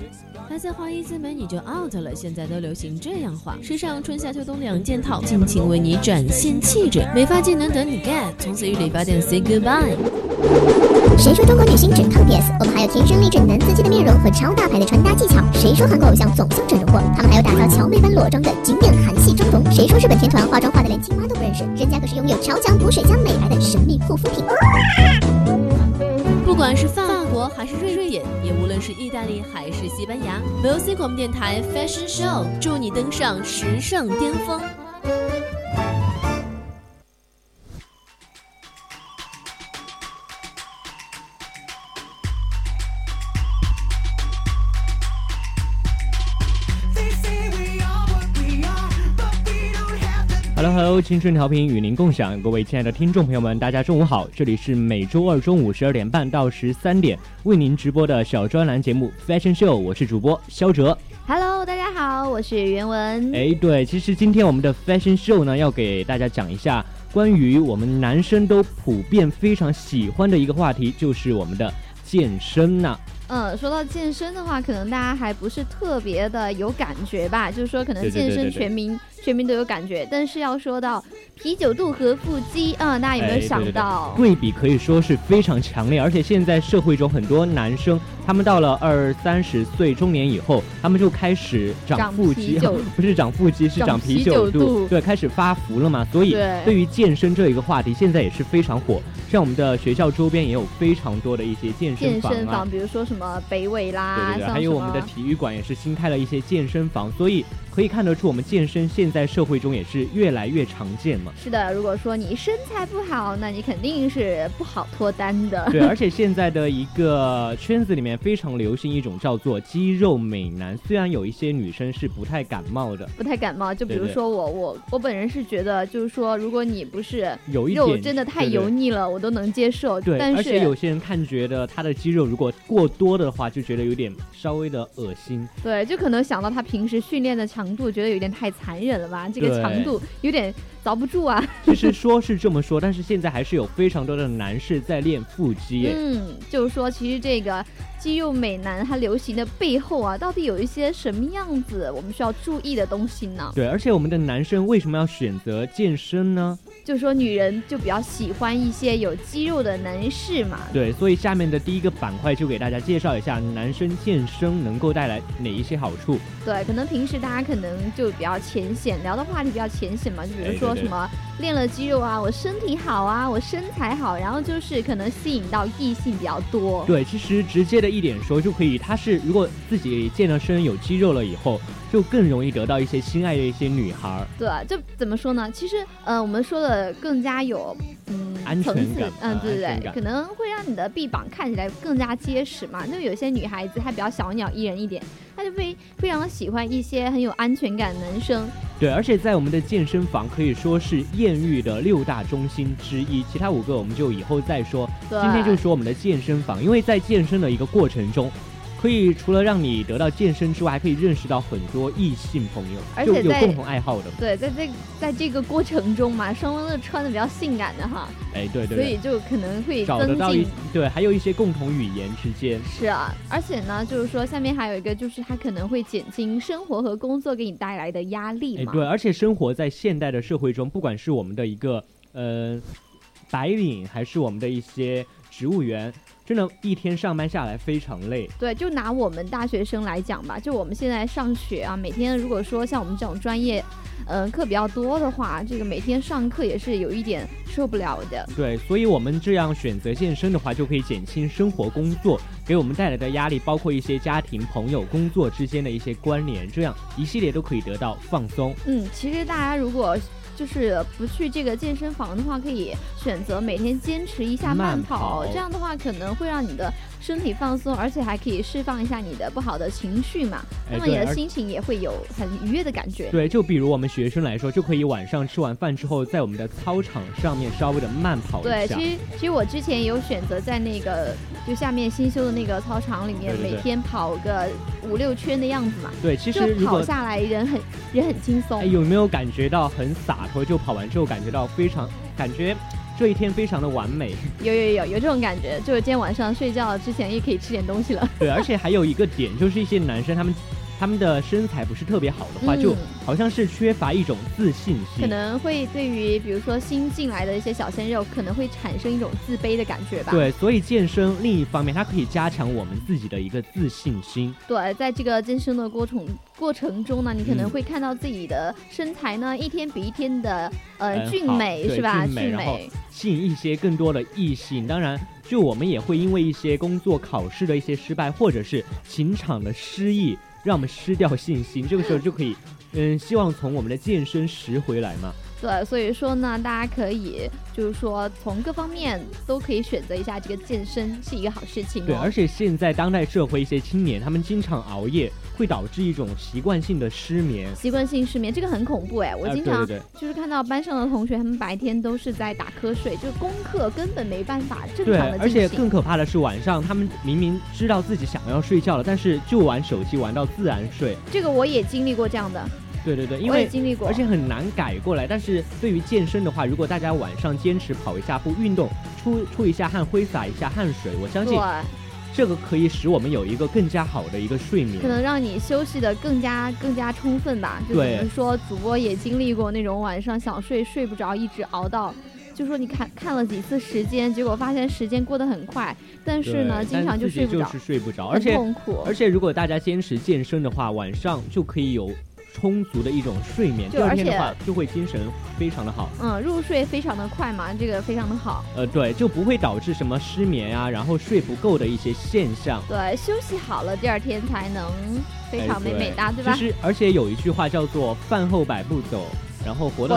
还在花一字眉你就 out 了，现在都流行这样画，时尚春夏秋冬2件套，尽情为你展现气质，美发技能等你 get， 从此与理发店 say goodbye。 谁说中国女星只靠 PS？ 我们还有天生丽质男子气的面容和超大牌的穿搭技巧。谁说韩国偶像总像整容过？他们还有打造乔妹般裸妆的经典韩系妆容。谁说日本天团化妆化的连青蛙都不认识？人家可是拥有超强补水加美白的神秘护肤品。 不管是法国还是瑞典，也无论是意大利还是西班牙 ，VOC 广播电台 Fashion Show 祝你登上时尚巅峰。 Hello， 青春调频与您共享，各位亲爱的听众朋友们，大家中午好！这里是每周二中午12点半到13点为您直播的小专栏节目 Fashion Show， 我是主播肖哲。 Hello， 大家好，我是袁文。 对，其实今天我们的 Fashion Show 呢，要给大家讲一下关于我们男生都普遍非常喜欢的一个话题，就是我们的健身呐。 说到健身的话，可能大家还不是特别的有感觉吧，就是说可能健身全民都有感觉，但是要说到啤酒肚和腹肌大家有没有想到？ 对比可以说是非常强烈，而且现在社会中很多男生，他们到了20-30岁中年以后，他们就开始长腹肌，不是长腹肌，是长啤酒肚，对，开始发福了嘛。所以对于健身这一个话题，现在也是非常火。像我们的学校周边也有非常多的一些健身房， 比如说什么北纬啦， 对，还有我们的体育馆也是新开了一些健身房，所以可以看得出我们健身现在社会中也是越来越常见嘛。 是的，如果说你身材不好，那你肯定是不好脱单的。 对，而且现在的一个圈子里面非常流行一种叫做肌肉美男，虽然有一些女生是不太感冒， 就比如说我本人是觉得，就是说如果你不是肉真的太油腻了，我都能接受。 对， 但是而且有些人觉得他的肌肉如果过多的话，就觉得有点稍微的恶心。 对，就可能想到他平时训练的强度，觉得有点太残忍了吧？这个强度有点遭不住啊。 其实说是这么说，但是现在还是有非常多的男士在练腹肌。 就是说其实这个肌肉美男它流行的背后啊，到底有一些什么样子我们需要注意的东西呢？ 对，而且我们的男生为什么要选择健身呢？ 就是说女人就比较喜欢一些有肌肉的男士嘛。 对，所以下面的第一个板块就给大家介绍一下男生健身能够带来哪一些好处。 对，可能平时大家可能就比较浅显，聊的话题比较浅显嘛，就比如说什么练了肌肉啊，我身体好啊，我身材好，然后就是可能吸引到异性比较多。 对，其实直接的一点说就可以，他是如果自己健了身有肌肉了以后，就更容易得到一些心爱的一些女孩。 对，就怎么说呢？其实我们说的更加有安全感， 对，可能会让你的臂膀看起来更加结实嘛。就有些女孩子她比较小鸟依人一点，她就非常喜欢一些很有安全感的男生。 对，而且在我们的健身房可以说是艳遇的6大中心之一，其他5个我们就以后再说。今天就说我们的健身房，因为在健身的一个过程中，可以除了让你得到健身之外，还可以认识到很多异性朋友， 而且就有共同爱好的。 对，在这个过程中嘛，双方都穿的比较性感的哈。 对， 所以就可能会找得到还有一些共同语言之间。 是啊，而且呢，就是说下面还有一个，就是它可能会减轻生活和工作给你带来的压力嘛。 对，而且生活在现代的社会中，不管是我们的一个白领，还是我们的一些植物园，真的一天上班下来非常累。 对，就拿我们大学生来讲吧，就我们现在上学啊，每天如果说像我们这种专业课比较多的话，这个每天上课也是有一点受不了的。 对，所以我们这样选择健身的话，就可以减轻生活工作给我们带来的压力，包括一些家庭朋友工作之间的一些关联，这样一系列都可以得到放松。 其实大家如果就是不去这个健身房的话，可以选择每天坚持一下慢跑，这样的话可能会让你的身体放松，而且还可以释放一下你的不好的情绪嘛，那么你的心情也会有很愉悦的感觉。 对，就比如我们学生来说，就可以晚上吃完饭之后，在我们的操场上面稍微的慢跑一下。 对，其实我之前也有选择在那个就下面新修的那个操场里面，每天跑个5-6圈的样子嘛。 对，其实就跑下来人很轻松。 有没有感觉到很洒脱？就跑完之后感觉到非常这一天非常的完美。 有这种感觉，就是今天晚上睡觉之前也可以吃点东西了。 对，而且还有一个点，就是一些男生他们的身材不是特别好的话，就好像是缺乏一种自信心， 可能会对于比如说新进来的一些小鲜肉，可能会产生一种自卑的感觉吧。 对，所以健身另一方面，它可以加强我们自己的一个自信心。 对，在这个健身的过程中呢，你可能会看到自己的身材呢一天比一天的俊美，是吧？ 俊美，然后吸引一些更多的异性。当然，就我们也会因为一些工作考试的一些失败，或者是情场的失意，让我们失掉信心，这个时候就可以希望从我们的健身拾回来嘛。 对，所以说呢，大家可以就是说从各方面都可以选择一下，这个健身是一个好事情。 对，而且现在当代社会一些青年，他们经常熬夜，会导致一种习惯性的失眠。 习惯性失眠这个很恐怖哎，我经常就是看到班上的同学，他们白天都是在打瞌睡，就是功课根本没办法正常的进行。 对，而且更可怕的是晚上他们明明知道自己想要睡觉了，但是就玩手机玩到自然睡。 这个我也经历过这样的。 对，因为我也经历过， 而且很难改过来。但是对于健身的话，如果大家晚上坚持跑一下步，运动出一下汗，挥洒一下汗水，我相信这个可以使我们有一个更加好的一个睡眠， 可能让你休息的更加充分吧。就比如说主播也经历过那种晚上想睡不着，一直熬到。就说你看了几次时间，结果发现时间过得很快，但是呢经常就睡不着， 而且痛苦。 而且如果大家坚持健身的话，晚上就可以有充足的一种睡眠，第二天的话就会精神非常的好， 入睡非常的快嘛，这个非常的好。 对，就不会导致什么失眠啊，然后睡不够的一些现象。 对，休息好了，第二天才能非常美美哒，对吧？ 其实而且有一句话叫做饭后100步走，然后活到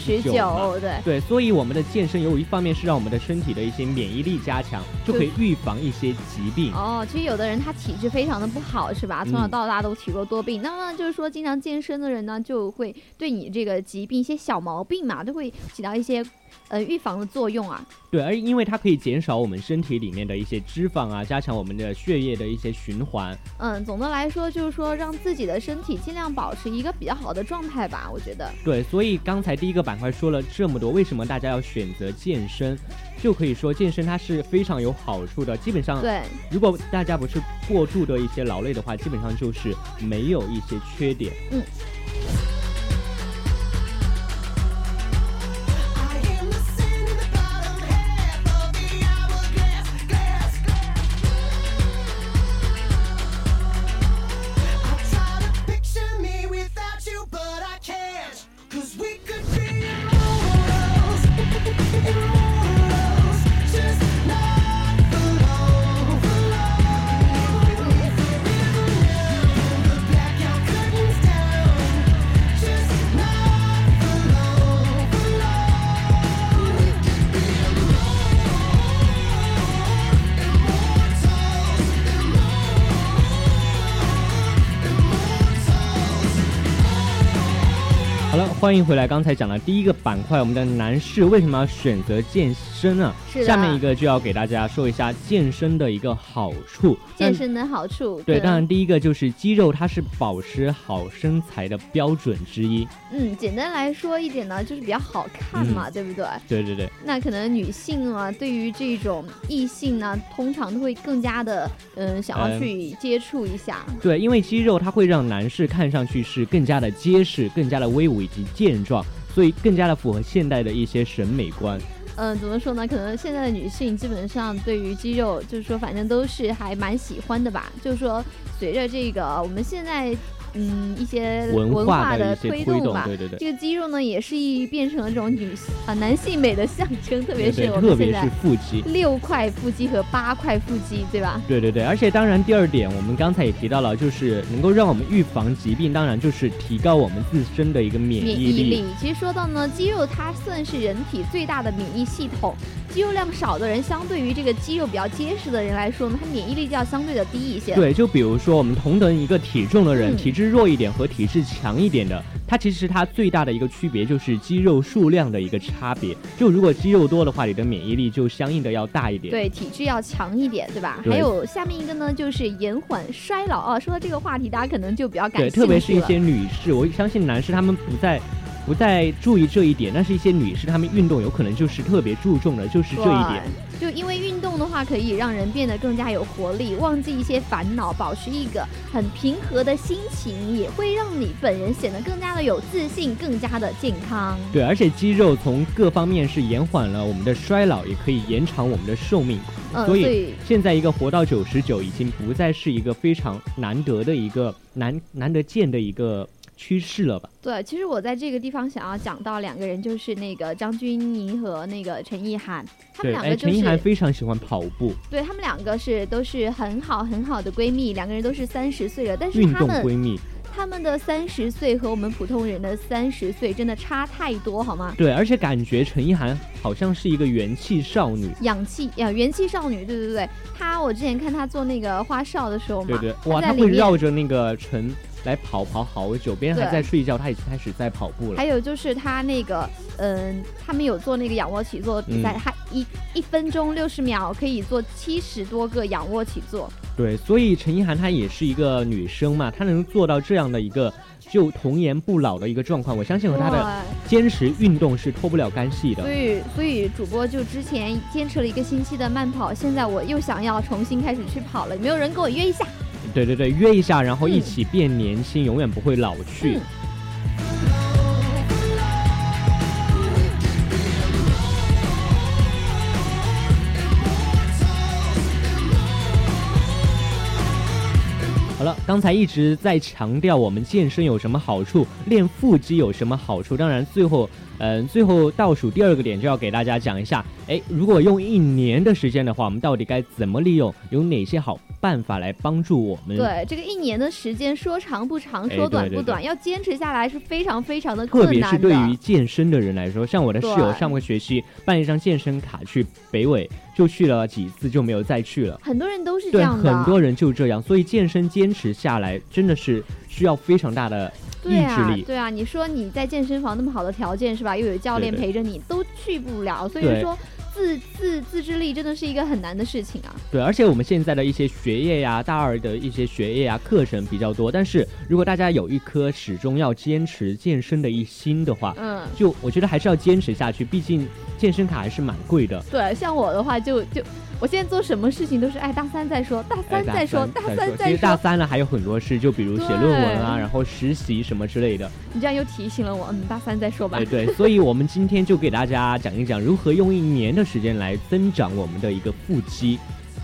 99，对，所以我们的健身有一方面是让我们的身体的一些免疫力加强，就可以预防一些疾病。 其实有的人他体质非常的不好，是吧？从小到大都体弱多病，那么就是说经常健身的人呢，就会对你这个疾病一些小毛病嘛，都会起到一些预防的作用啊。 对，而因为它可以减少我们身体里面的一些脂肪啊，加强我们的血液的一些循环。 总的来说就是说让自己的身体尽量保持一个比较好的状态吧，我觉得。 对，所以刚才第一个板块说了这么多，为什么大家要选择健身？就可以说健身它是非常有好处的，基本上对， 如果大家不是过度的一些劳累的话，基本上就是没有一些缺点。欢迎回来，刚才讲了第一个板块，我们的男士为什么要选择健身呢？下面一个就要给大家说一下健身的一个好处。 健身的好处， 对，当然第一个就是肌肉，它是保持好身材的标准之一。 简单来说一点呢，就是比较好看嘛，对不对？ 对。 那可能女性啊，对于这种异性呢，通常都会更加的想要去接触一下。 对，因为肌肉它会让男士看上去是更加的结实、更加的威武以及健壮，所以更加的符合现代的一些审美观。 怎么说呢？可能现在的女性基本上对于肌肉，就是说反正都是还蛮喜欢的吧。就是说，随着这个我们现在一些文化的推动吧， 对， 这个肌肉呢也是变成了这种男性美的象征，特别是我们现在腹肌 6块腹肌和8块腹肌，对吧？ 对，而且当然第二点，我们刚才也提到了，就是能够让我们预防疾病，当然就是提高我们自身的一个免疫力。 其实说到呢，肌肉它算是人体最大的免疫系统，肌肉量少的人，相对于这个肌肉比较结实的人来说呢，他免疫力就要相对的低一些。 对，就比如说我们同等一个体重的人，体质弱一点和体质强一点的，它其实它最大的一个区别就是肌肉数量的一个差别。就如果肌肉多的话，你的免疫力就相应的要大一点。 对，体质要强一点，对吧？还有下面一个呢，就是延缓衰老啊。说到这个话题，大家可能就比较感兴趣了。 对，特别是一些女士，我相信男士他们不在不再注意这一点，但是一些女士她们运动有可能就是特别注重的就是这一点。 就因为运动的话可以让人变得更加有活力，忘记一些烦恼，保持一个很平和的心情，也会让你本人显得更加的有自信，更加的健康。 对，而且肌肉从各方面是延缓了我们的衰老，也可以延长我们的寿命。所以现在一个活到99已经不再是一个非常难得的一个难得见的一个趋势了吧。 对，其实我在这个地方想要讲到2个人，就是那个张钧甯和那个陈意涵，他们2个就是陈意涵非常喜欢跑步， 对，他们2个都是很好的闺蜜，2个人都是30岁了，但是运动闺蜜。 他们的30岁和我们普通人的30岁真的差太多，好吗？ 对，而且感觉陈意涵好像是一个元气少女， 元气少女，对。我之前看她做那个花少的时候嘛， 对，哇，她会绕着那个城来跑好久，别人还在睡觉，她已经开始在跑步了。 还有就是她那个，他们有做那个仰卧起坐比赛，她1分钟60秒可以做70多个仰卧起坐。 对，所以陈意涵她也是一个女生嘛，她能做到这样的一个就童颜不老的一个状况，我相信和她的坚持运动是脱不了干系的。 所以主播就之前坚持了1个星期的慢跑，现在我又想要重新开始去跑了，有没有人跟我约一下？ 对，约一下，然后一起变年轻，永远不会老去。好了，刚才一直在强调我们健身有什么好处，练腹肌有什么好处，当然最后倒数第2个点就要给大家讲一下，如果用1年的时间的话，我们到底该怎么利用，有哪些好办法来帮助我们？ 对，这个1年的时间说长不长，说短不短，要坚持下来是非常非常的困难的。特别是对于健身的人来说，像我的室友上个学期办一张健身卡去北纬，就去了几次就没有再去了。 很多人都是这样的， 对，很多人就这样，所以健身坚持下来真的是需要非常大的意志力。 对啊，你说你在健身房那么好的条件是吧，又有教练陪着你，都去不了，所以说自制力真的是一个很难的事情啊。 对，而且我们现在的一些学业呀，大2的一些学业呀，课程比较多，但是如果大家有一颗始终要坚持健身的一心的话，就我觉得还是要坚持下去，毕竟健身卡还是蛮贵的。 对，像我的话就我现在做什么事情都是大3再说，大3再说。 其实大3了还有很多事，就比如写论文啊，然后实习什么之类的。 你这样又提醒了我，大3再说吧。 对，所以我们今天就给大家讲一讲如何用1年的时间来增长我们的一个腹肌。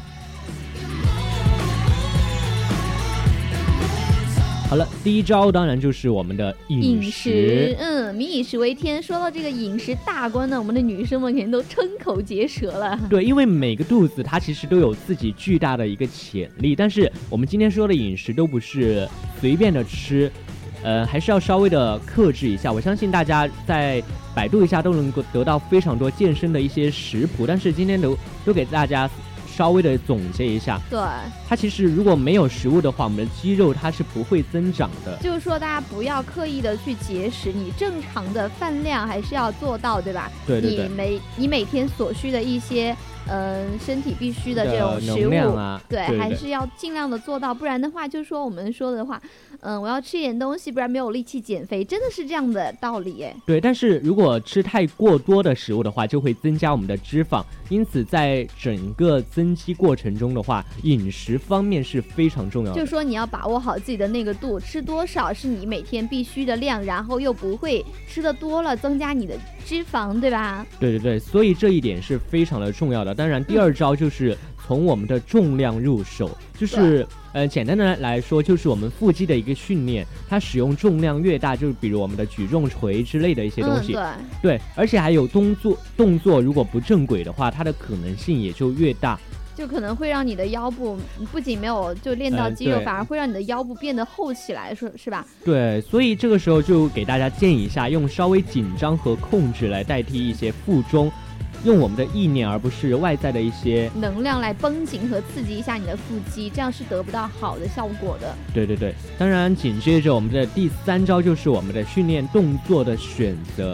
好了，第1招当然就是我们的饮食。 民以食为天。说到这个饮食大关呢，我们的女生们肯定都瞠口结舌了。 对，因为每个肚子它其实都有自己巨大的一个潜力，但是我们今天说的饮食都不是随便的吃，还是要稍微的克制一下。我相信大家在百度一下都能够得到非常多健身的一些食谱，但是今天都给大家稍微的总结一下。 对， 它其实如果没有食物的话，我们的肌肉它是不会增长的。 就是说大家不要刻意的去节食，你正常的饭量还是要做到，对吧？ 对， 你每天所需的一些身体必须的这种食物啊， 对，还是要尽量的做到，不然的话就是说我们说的话，我要吃一点东西，不然没有力气减肥，真的是这样的道理耶。 对，但是如果吃太过多的食物的话，就会增加我们的脂肪，因此在整个增肌过程中的话，饮食方面是非常重要的。 就是说你要把握好自己的那个度，吃多少是你每天必须的量，然后又不会吃的多了增加你的脂肪，对吧？ 对，所以这一点是非常的重要的。当然第2招就是从我们的重量入手，就是简单的来说就是我们腹肌的一个训练，它使用重量越大，就是比如我们的举重锤之类的一些东西，对，而且还有动作如果不正轨的话，它的可能性也就越大， 就可能会让你的腰部不仅没有就练到肌肉，反而会让你的腰部变得厚起来，是吧？ 对，所以这个时候就给大家建议一下，用稍微紧张和控制来代替一些负重，用我们的意念而不是外在的一些能量来绷紧和刺激一下你的腹肌，这样是得不到好的效果的。 对，当然紧接着我们的第3招就是我们的训练动作的选择。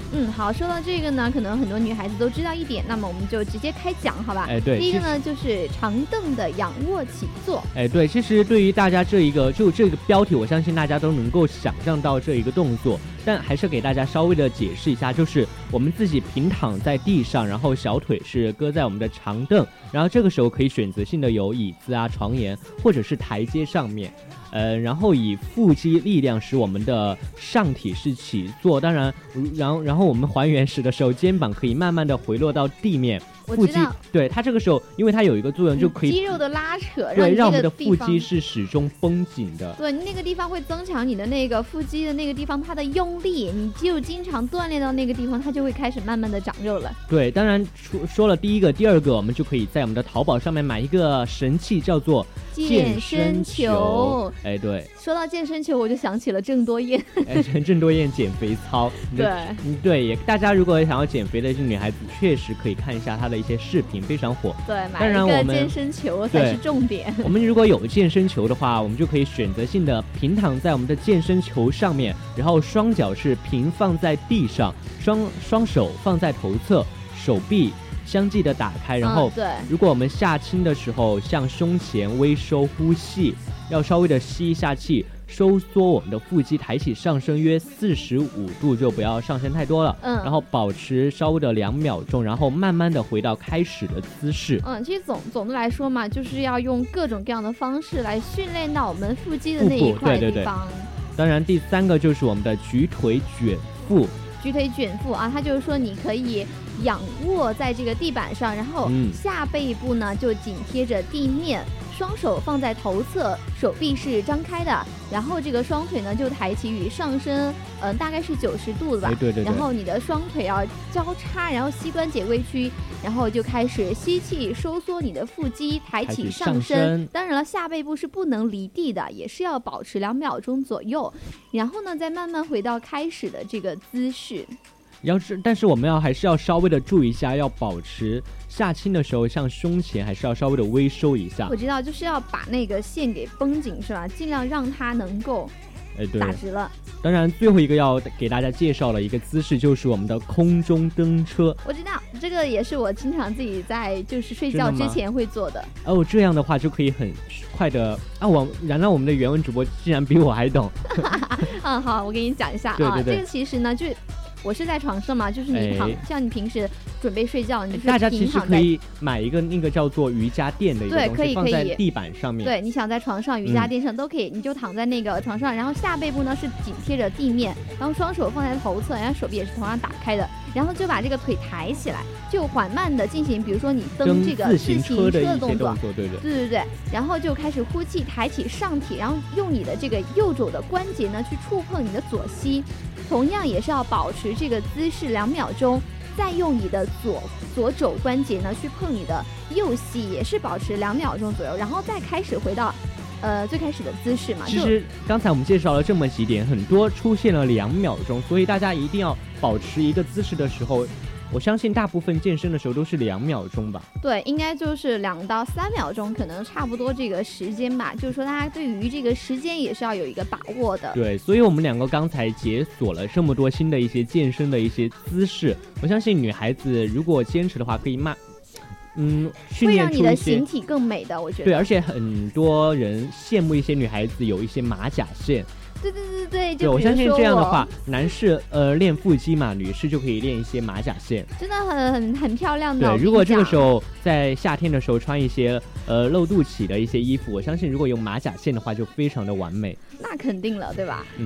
好，说到这个呢，可能很多女孩子都知道一点，那么我们就直接开讲，好吧？ 对， 第一个呢就是长凳的仰卧起坐。 对，其实对于大家这个标题，我相信大家都能够想象到这一个动作，但还是给大家稍微的解释一下，就是我们自己平躺在地上，然后小腿是搁在我们的长凳，然后这个时候可以选择性的有椅子啊、床沿或者是台阶上面。然后以腹肌力量使我们的上体是起坐，当然，然后我们还原时的时候，肩膀可以慢慢的回落到地面。腹肌，对，它这个时候，因为它有一个作用，就可以肌肉的拉扯， 对，让我们的腹肌是始终绷紧的。 对，那个地方会增强你的那个腹肌的那个地方它的用力，你肌肉经常锻炼到那个地方，它就会开始慢慢的长肉了。 对，当然说了第一个，第二个，我们就可以在我们的淘宝上面买一个神器，叫做健身球。对， 说到健身球，我就想起了郑多燕。 郑多燕减肥操。对，也大家如果想要减肥的女孩子，确实可以看一下她的一些视频，非常火。 对，买一个健身球才是重点。 我们如果有健身球的话，我们就可以选择性的平躺在我们的健身球上面，然后双脚是平放在地上，双手放在头侧，手臂相继的打开，然后如果我们下倾的时候，向胸前微收呼气，要稍微的吸一下气，收缩我们的腹肌，抬起上升约45度，就不要上升太多了。然后保持稍微的2秒钟，然后慢慢的回到开始的姿势。 其实总的来说嘛，就是要用各种各样的方式来训练到我们腹肌的那一块地方。 当然，第3个就是我们的举腿卷腹。 举腿卷腹啊，它就是说你可以仰卧在这个地板上，然后下背部呢就紧贴着地面，双手放在头侧，手臂是张开的，然后这个双腿呢就抬起与上身大概是90度的吧。 对。 然后你的双腿要交叉，然后膝关节微屈，然后就开始吸气，收缩你的腹肌，抬起上身。当然了，下背部是不能离地的，也是要保持2秒钟左右，然后呢再慢慢回到开始的这个姿势。 但是我们还是要稍微的注意一下，要保持下倾的时候，像胸前还是要稍微的微收一下。 我知道，就是要把那个线给绷紧，是吧？尽量让它能够打直了。 当然，最后一个要给大家介绍的一个姿势就是我们的空中蹬车。 我知道，这个也是我经常自己在就是睡觉之前会做的。 这样的话就可以很快的然后我们的原文主播竟然比我还懂。 好，我给你讲一下对。 这个其实呢，就我是在床上嘛，就是你像你平时准备睡觉，你就是大家其实可以买一个那个叫做瑜伽垫的一个东西， 可以放在地板上面。 对，你想在床上、瑜伽垫上都可以，你就躺在那个床上，然后下背部呢是紧贴着地面，然后双手放在头侧，然后手臂也是同样打开的，然后就把这个腿抬起来，就缓慢的进行，比如说你蹬这个自行车的动作，对，然后就开始呼气，抬起上体，然后用你的这个右肘的关节呢去触碰你的左膝。同样也是要保持这个姿势2秒钟，再用你的左肘关节呢去碰你的右膝，也是保持2秒钟左右，然后再开始回到最开始的姿势嘛。 其实刚才我们介绍了这么几点，很多出现了2秒钟，所以大家一定要保持一个姿势的时候，我相信大部分健身的时候都是2秒钟吧。 对，应该就是2到3秒钟，可能差不多这个时间吧。就是说大家对于这个时间也是要有一个把握的。 对，所以我们2个刚才解锁了这么多新的一些健身的一些姿势，我相信女孩子如果坚持的话，可以训练出一些， 会让你的形体更美的，我觉得。 对，而且很多人羡慕一些女孩子有一些马甲线。 对， 我相信这样的话，男士练腹肌嘛，女士就可以练一些马甲线， 真的很漂亮的。 对，如果这个时候在夏天的时候穿一些露肚脐的一些衣服，我相信如果有马甲线的话，就非常的完美。 那肯定了，对吧？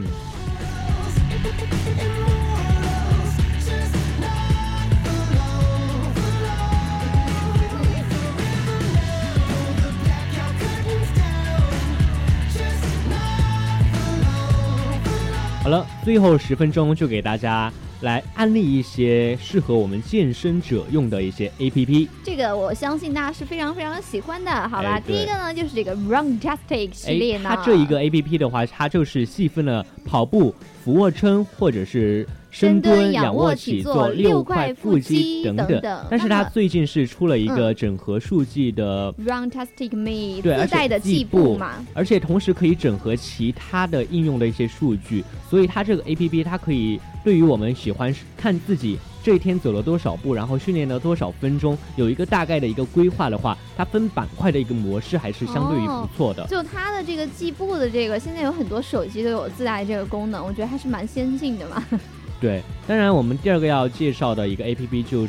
好了，最后10分钟就给大家来安利一些适合我们健身者用的一些 APP。 这个我相信大家是非常非常喜欢的，好吧？第一个呢就是这个 Runtastic 系列呢。 它这一个 APP 的话，它就是细分了跑步、俯卧撑或者是深蹲、仰卧起坐、6块腹肌等等。但是它最近是出了一个整合数据的 Runtastic Me 自带的计步嘛， 而且同时可以整合其他的应用的一些数据，所以它这个 APP 它可以对于我们喜欢看自己这一天走了多少步，然后训练了多少分钟，有一个大概的一个规划的话，它分板块的一个模式还是相对于不错的。 就它的这个计步的这个，现在有很多手机都有自带这个功能，我觉得还是蛮先进的嘛。 对，当然我们第二个要介绍的一个 APP 就是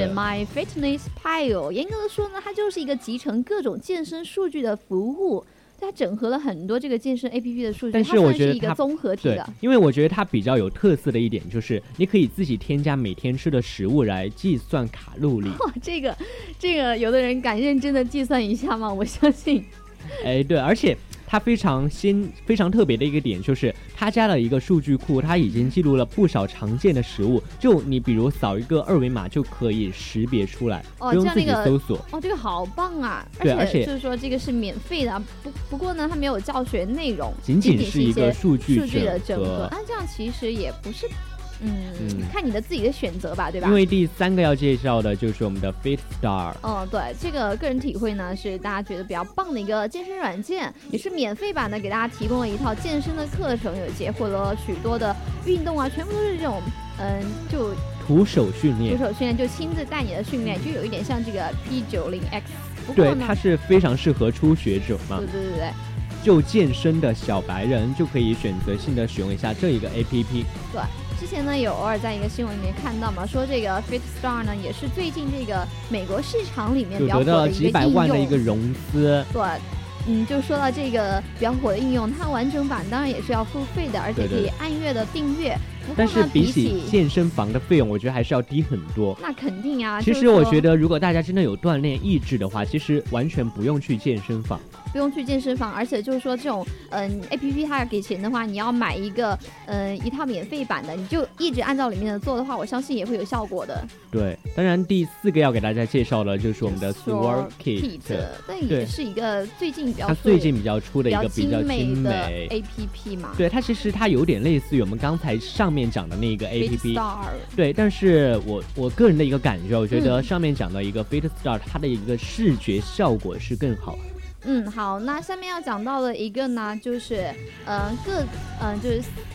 MyFitnessPal。严格的说呢，它就是一个集成各种健身数据的服务。它整合了很多这个健身 APP 的数据， 但是我觉得它算是一个综合体的。 因为我觉得它比较有特色的一点就是你可以自己添加每天吃的食物来计算卡路里。 哇，这个有的人敢认真的计算一下吗？我相信。 对，而且它非常特别的一个点就是它加了一个数据库，它已经记录了不少常见的食物，就你比如扫一个二维码就可以识别出来，不用自己搜索。 这个好棒啊！ 而且就是说这个是免费的，不过呢它没有教学内容， 仅是一个数据的整合。那这样其实也不是。看你的自己的选择吧，对吧？ 因为第三个要介绍的就是我们的 FitStar。 对，这个个人体会呢是大家觉得比较棒的一个健身软件，也是免费版的，给大家提供了一套健身的课程，有结合了许多的运动啊，全部都是这种就徒手训练， 就亲自带你的训练，就有一点像这个 P90X。 对，它是非常适合初学者嘛。 对。 就健身的小白人就可以选择性的使用一下这一个 APP。 对，之前呢有偶尔在一个新闻里面看到嘛，说这个 FitStar 呢也是最近这个美国市场里面比较火的一个应用， 得到了几百万的一个融资。 对，就说到这个比较火的应用，它完整版当然也是要付费的，而且可以按月的订阅。 但是比起健身房的费用，我觉得还是要低很多。 那肯定啊。 其实我觉得，如果大家真的有锻炼意志的话，其实完全不用去健身房。 而且就是说这种APP 它给钱的话，你要买一套免费版的，你就一直按照里面的做的话，我相信也会有效果的。 对，当然第四个要给大家介绍的就是我们的 Sworkit， 但也是一个最近比较出的一个比较精美的 APP 嘛。 对，它有点类似于我们刚才上面讲的那个 APP。 FitStar。 对，但是我个人的一个感觉，我觉得上面讲的一个 FitStar，它的一个视觉效果是更好。 好，那下面要讲到的一个呢，就是就是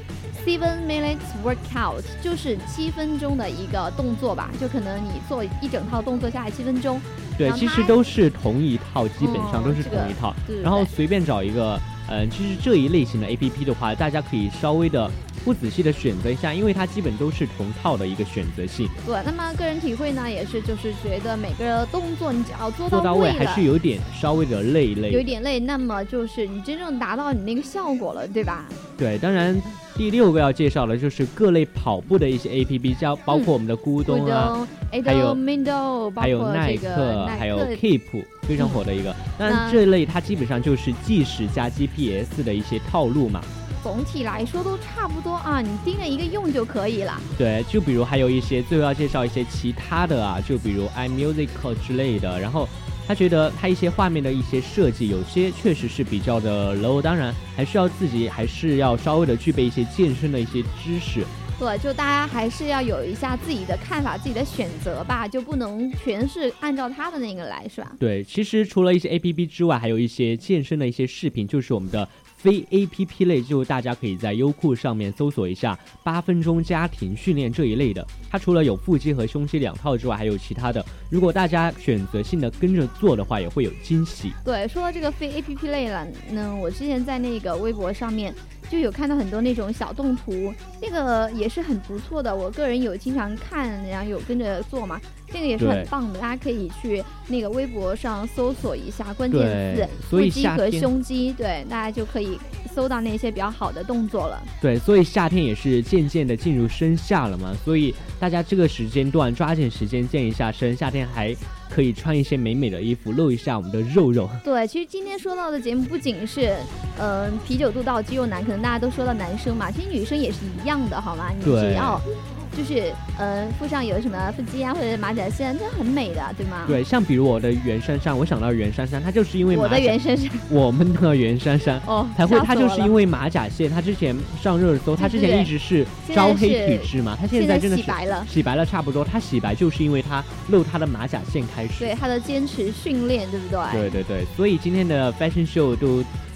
7 minutes workout， 就是7分钟的一个动作吧，就可能你做一整套动作下来7分钟。 对，其实都是同一套，基本上都是同一套。然后随便找一个，其实这一类型的 APP 的话，大家可以稍微的不仔细的选择一下，因为它基本都是同套的一个选择性。 对，那么个人体会呢，也是就是觉得每个动作你只要做到位还是有点稍微的累， 有点累，那么就是你真正达到你那个效果了，对吧？ 对，当然第六个要介绍的就是各类跑步的一些 APP， 包括我们的咕咚啊， 还有 Mindo， 还有耐克，还有 Keep， 非常火的一个。那这类它基本上就是计时加 GPS 的一些套路嘛。 总体来说都差不多啊，你盯着一个用就可以了。 对，就比如还有一些最后要介绍一些其他的啊，就比如 iMusic 之类的。然后他觉得他一些画面的一些设计，有些确实是比较的 low， 当然还是要稍微的具备一些健身的一些知识。 对，就大家还是要有一下自己的看法、自己的选择吧，就不能全是按照他的那个来，是吧？ 对，其实除了一些 APP 之外，还有一些健身的一些视频，就是我们的非 APP 类，就大家可以在优酷上面搜索一下8分钟家庭训练这一类的。它除了有腹肌和胸肌2套之外，还有其他的。如果大家选择性的跟着做的话，也会有惊喜。 对，说到这个非 APP 类了，我之前在那个微博上面就有看到很多那种小动图，那个也是很不错的。我个人有经常看，然后有跟着做嘛，这个也是很棒的。大家可以去那个微博上搜索一下关键字腹肌和胸肌，对，大家就可以搜到那些比较好的动作了。 对，所以夏天也是渐渐的进入深夏了嘛，所以大家这个时间段抓紧时间健一下身，夏天还可以穿一些美美的衣服，露一下我们的肉肉。 对，其实今天说到的节目不仅是啤酒肚到肌肉男，可能大家都说到男生嘛，其实女生也是一样的，好吗？你只要就是腹上有什么腹肌啊或者马甲线，这很美的，对吗？ 对，像比如我的袁姗姗，我想到袁姗姗，她就是因为我的袁姗姗， 我们的袁姗姗才会，她就是因为马甲线，她之前上热搜，她之前一直是招黑体质嘛，她现在真的是洗白了差不多，她洗白就是因为她露她的马甲线开始， 对她的坚持训练，对不对？ 对对对，所以今天的 Fashion Show 都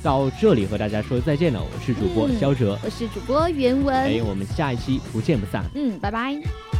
到这里和大家说再见了。我是主播肖哲， 我是主播袁文， 我们下一期不见不散。 拜拜。